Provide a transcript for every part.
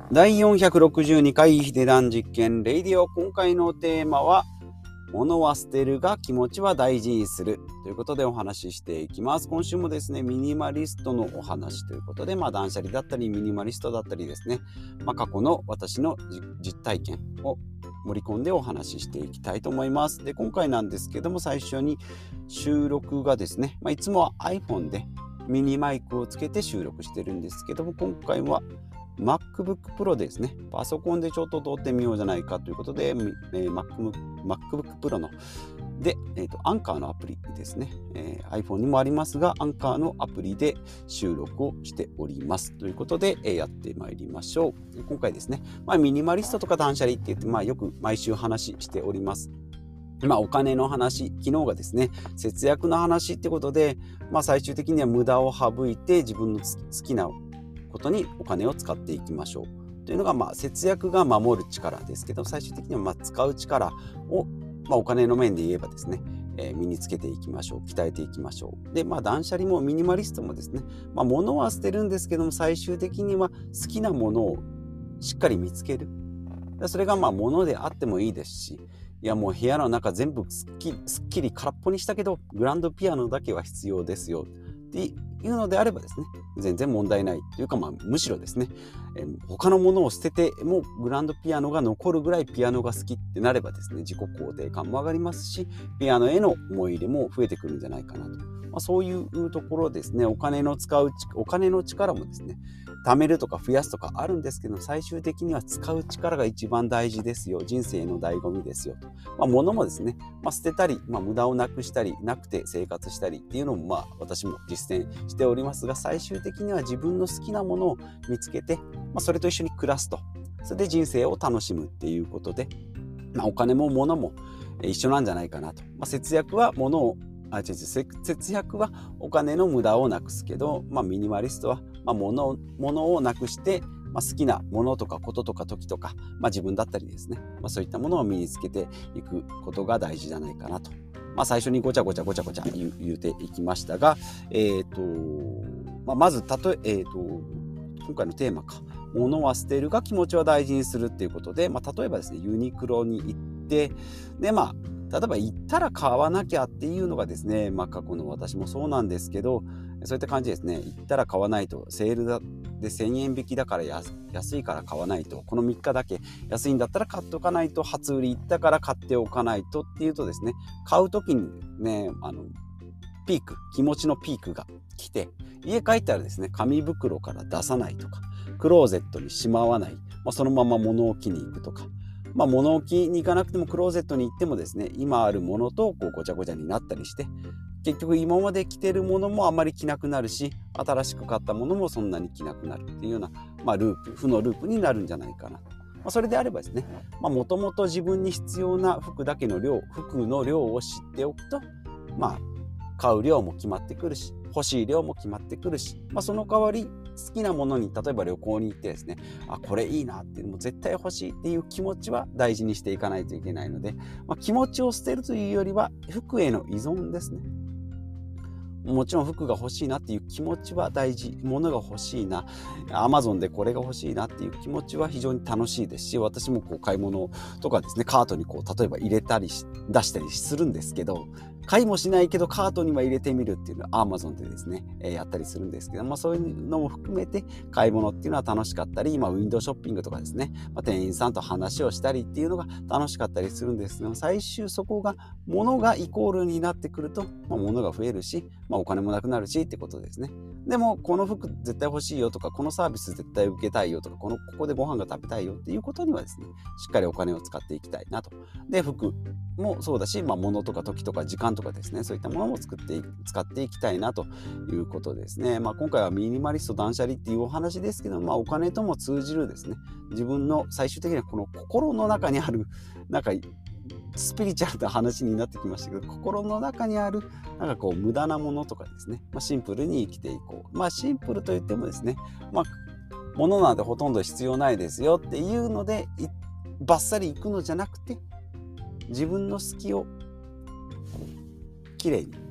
第462回ヒデダン実験レイディオ。今回のテーマは物は捨てるが気持ちは大事にするということでお話ししていきます。今週もですねミニマリストのお話ということで、断捨離だったりミニマリストだったりですね、過去の私の実体験を盛り込んでお話ししていきたいと思います。で、今回なんですけども、最初に収録がですね、いつもは iPhone でミニマイクをつけて収録してるんですけども、今回はMacBook Pro ですね。パソコンでちょっと撮ってみようじゃないかということで、MacBook Pro ので、アンカーのアプリですね、iPhone にもありますが、アンカーのアプリで収録をしておりますということで、やってまいりましょう。今回ですね、ミニマリストとか断捨離って言って、よく毎週話しております。お金の話、昨日がですね節約の話ってことで、最終的には無駄を省いて自分の好きなことにお金を使っていきましょうというのが、節約が守る力ですけど、最終的には使う力を、お金の面で言えばですね、身につけていきましょう、鍛えていきましょう。で、断捨離もミニマリストもですね、物は捨てるんですけども、最終的には好きなものをしっかり見つける。それが物であってもいいですし、いやもう部屋の中全部すっきり空っぽにしたけどグランドピアノだけは必要ですよっていうのであればですね、全然問題ないというか、むしろですね、他のものを捨ててもグランドピアノが残るぐらいピアノが好きってなればですね、自己肯定感も上がりますし、ピアノへの思い入れも増えてくるんじゃないかなと、そういうところですね。お金の力もですね、貯めるとか増やすとかあるんですけど、最終的には使う力が一番大事ですよ、人生の醍醐味ですよと。物もですね、捨てたり、無駄をなくしたり、なくて生活したりっていうのも私も実践しておりますが、最終的には自分の好きなものを見つけて、それと一緒に暮らすと、それで人生を楽しむっていうことで、お金も物も一緒なんじゃないかなと。節約は節約はお金の無駄をなくすけど、ミニマリストは物をなくして、好きなものとかこととか時とか、自分だったりですね、そういったものを身につけていくことが大事じゃないかなと。最初にごちゃごちゃ言うていきましたが、まず今回のテーマか、物は捨てるが気持ちは大事にするっていうことで、例えばですね、ユニクロに行って、で例えば行ったら買わなきゃっていうのがですね、過去の私もそうなんですけど、そういった感じですね。行ったら買わないと、セールで1000円引きだから安いから買わないと、この3日だけ安いんだったら買っておかないと、初売り行ったから買っておかないとっていうとですね、買う時にね、気持ちのピークが来て、家帰ったらですね、紙袋から出さないとか、クローゼットにしまわない、そのまま物置に行くとか、物置に行かなくてもクローゼットに行ってもですね、今あるものとごちゃごちゃになったりして、結局今まで着てるものもあまり着なくなるし、新しく買ったものもそんなに着なくなるっていうような、負のループになるんじゃないかな。それであればですね、もともと自分に必要な服の量を知っておくと、買う量も決まってくるし、欲しい量も決まってくるし、その代わり好きなものに、例えば旅行に行ってですね、これいいなっていうのも絶対欲しいっていう気持ちは大事にしていかないといけないので、気持ちを捨てるというよりは服への依存ですね。もちろん服が欲しいなっていう気持ちは大事、物が欲しいな、Amazon でこれが欲しいなっていう気持ちは非常に楽しいですし、私も買い物とかですね、カートに例えば入れたり出したりするんですけど、買いもしないけどカートには入れてみるっていうのは Amazon でですね、やったりするんですけど、そういうのも含めて買い物っていうのは楽しかったり、ウィンドウショッピングとかですね、店員さんと話をしたりっていうのが楽しかったりするんですけど、最終そこが物がイコールになってくると、物が増えるし、お金もなくなるしってことですね。でもこの服絶対欲しいよとか、このサービス絶対受けたいよとか、ここでご飯が食べたいよっていうことにはですね、しっかりお金を使っていきたいなと。で、服もそうだし、物とか時とか時間とかですね、そういったものも使っていきたいなということですね。今回はミニマリスト断捨離っていうお話ですけど、お金とも通じるですね、自分の最終的にはこの心の中にあるスピリチュアルな話になってきましたけど、心の中にある無駄なものとかですね、シンプルに生きていこう。シンプルといってもですね、物なんてほとんど必要ないですよっていうのでバッサリいくのじゃなくて、自分の好きをきれいに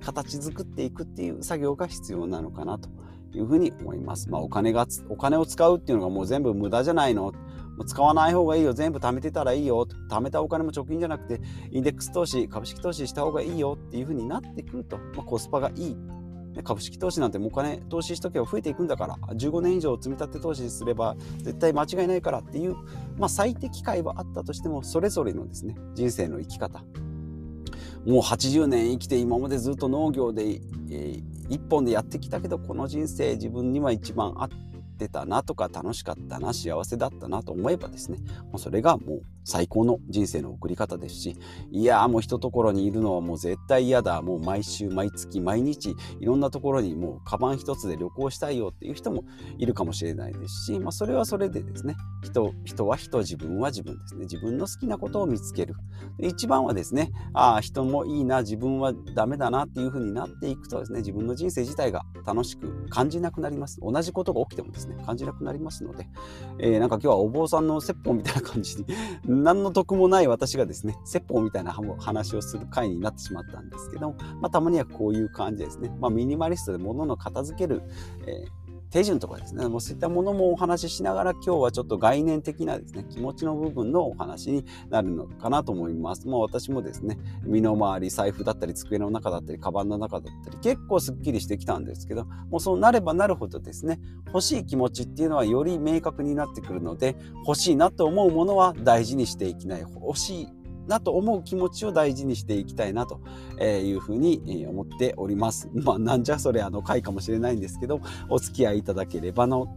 形作っていくっていう作業が必要なのかなというふうに思います。お金を使うっていうのがもう全部無駄じゃないの、もう使わない方がいいよ、全部貯めてたらいいよ、貯めたお金も貯金じゃなくてインデックス投資、株式投資した方がいいよっていうふうになってくると、コスパがいい。株式投資なんてもうお金投資しとけば増えていくんだから、15年以上積み立て投資すれば絶対間違いないからっていう、最適解はあったとしても、それぞれのですね、人生の生き方、もう80年生きて今までずっと農業で、一本でやってきたけど、この人生自分には一番合ってたなとか、楽しかったな、幸せだったなと思えばですね、それがもう最高の人生の送り方ですし、いやもう一ところにいるのはもう絶対嫌だ、もう毎週毎月毎日いろんなところにもうカバン一つで旅行したいよっていう人もいるかもしれないですし、それはそれでですね、人は人、自分は自分ですね。自分の好きなことを見つける。一番はですね、人もいいな、自分はダメだなっていう風になっていくとですね、自分の人生自体が楽しく感じなくなります。同じことが起きてもですね、感じなくなりますので、なんか今日はお坊さんの説法みたいな感じに何の得もない私がですね、説法みたいな話をする回になってしまったんですけども、たまにはこういう感じですね。ミニマリストで物の片付ける、手順とかですね、もうそういったものもお話ししながら、今日はちょっと概念的なですね、気持ちの部分のお話になるのかなと思います。私もですね、身の回り、財布だったり、机の中だったり、カバンの中だったり、結構すっきりしてきたんですけど、もうそうなればなるほどですね、欲しい気持ちっていうのはより明確になってくるので、欲しいなと思うものは大事にしていきない、欲しいなと思う気持ちを大事にしていきたいなというふうに思っております。なんじゃそれ回かもしれないんですけど、お付き合いいただければの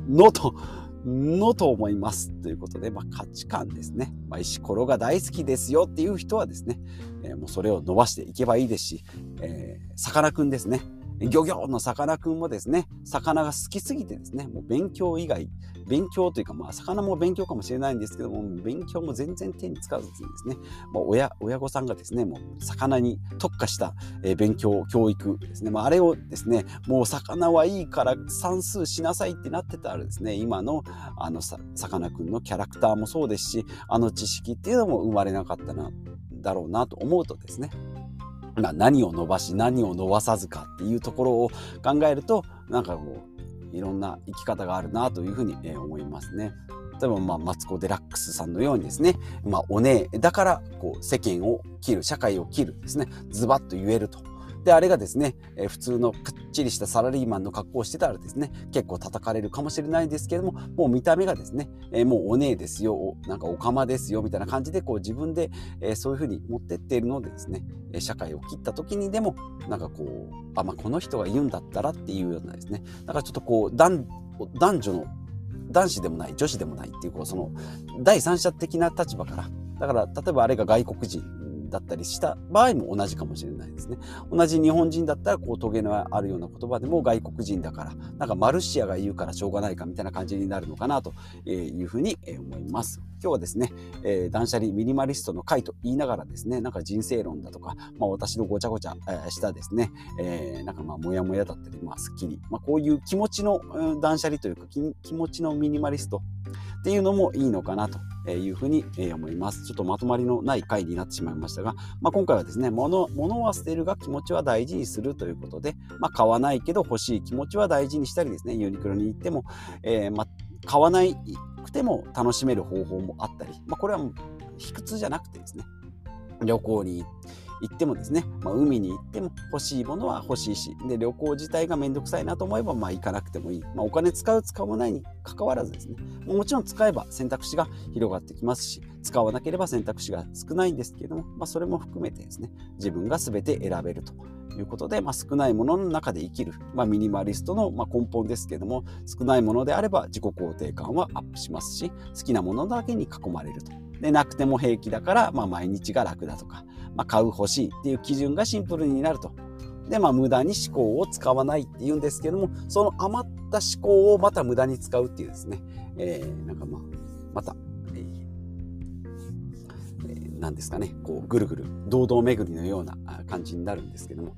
と思いますということで、価値観ですね。石ころが大好きですよっていう人はですね、もうそれを伸ばしていけばいいですし、さかなクンですね、漁業のさかなクンもですね、魚が好きすぎてですね、もう勉強というか、魚も勉強かもしれないんですけども、勉強も全然手につかずにですね、親御さんがですね、もう魚に特化した、勉強教育ですね、あれをですね、もう魚はいいから算数しなさいってなってたらですね、今のさかなクンのキャラクターもそうですし、知識っていうのも生まれなかっただろうなと思うとですね、何を伸ばし何を伸ばさずかっていうところを考えると、なんかこういろんな生き方があるなというふうに思いますね。例えばマツコ・デラックスさんのようにですね、お姉だから世間を切る、社会を切るですね、ズバッと言えると。であれがですね、普通のかっちりしたサラリーマンの格好をしてたらですね、結構叩かれるかもしれないですけれども、もう見た目がですね、もうお姉ですよ、なんかおかまですよみたいな感じで自分で、そういうふうに持ってっているのでですね、社会を切った時にでもなんかこの人が言うんだったらっていうようなですね、だからちょっと男女の男子でもない女子でもないっていうその第三者的な立場から、だから例えばあれが外国人だったりした場合も同じかもしれないですね。同じ日本人だったらトゲのあるような言葉でも外国人だから、なんかマルシアが言うからしょうがないかみたいな感じになるのかなというふうに思います。今日はですね、断捨離ミニマリストの会と言いながらですね、なんか人生論だとか、私のごちゃごちゃしたですね、なんかモヤモヤだったり、スッキリ、こういう気持ちの断捨離というか気持ちのミニマリストっていうのもいいのかなというふうに思います。ちょっとまとまりのない回になってしまいましたが、今回はですね、物は捨てるが気持ちは大事にするということで、買わないけど欲しい気持ちは大事にしたりですね、ユニクロに行っても、買わないくても楽しめる方法もあったり、これは卑屈じゃなくてですね、旅行に行ってもですね、海に行っても欲しいものは欲しいし、で旅行自体がめんどくさいなと思えば行かなくてもいい、お金使う使わないに関わらずですね、もちろん使えば選択肢が広がってきますし、使わなければ選択肢が少ないんですけれども、それも含めてですね、自分が全て選べるということで、少ないものの中で生きる、ミニマリストの根本ですけれども、少ないものであれば自己肯定感はアップしますし、好きなものだけに囲まれると。でなくても平気だから、毎日が楽だとか、買う欲しいっていう基準がシンプルになると。で無駄に思考を使わないっていうんですけども、その余った思考をまた無駄に使うっていうですね、なんかまた、なんですかね、ぐるぐる堂々巡りのような感じになるんですけども、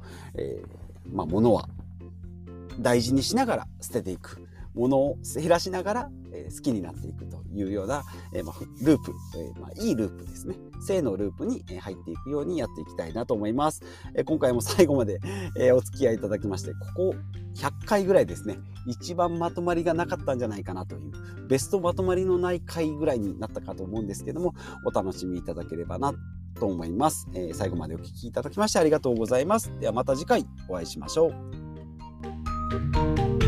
物は大事にしながら捨てていく、物を減らしながら、 好きになっていくというような、ループ、いいループですね、正のループに入っていくようにやっていきたいなと思います。今回も最後までお付き合いいただきまして、ここ100回ぐらいですね、一番まとまりがなかったんじゃないかなという、ベストまとまりのない回ぐらいになったかと思うんですけども、お楽しみいただければなと思います。最後までお聞きいただきましてありがとうございます。ではまた次回お会いしましょう。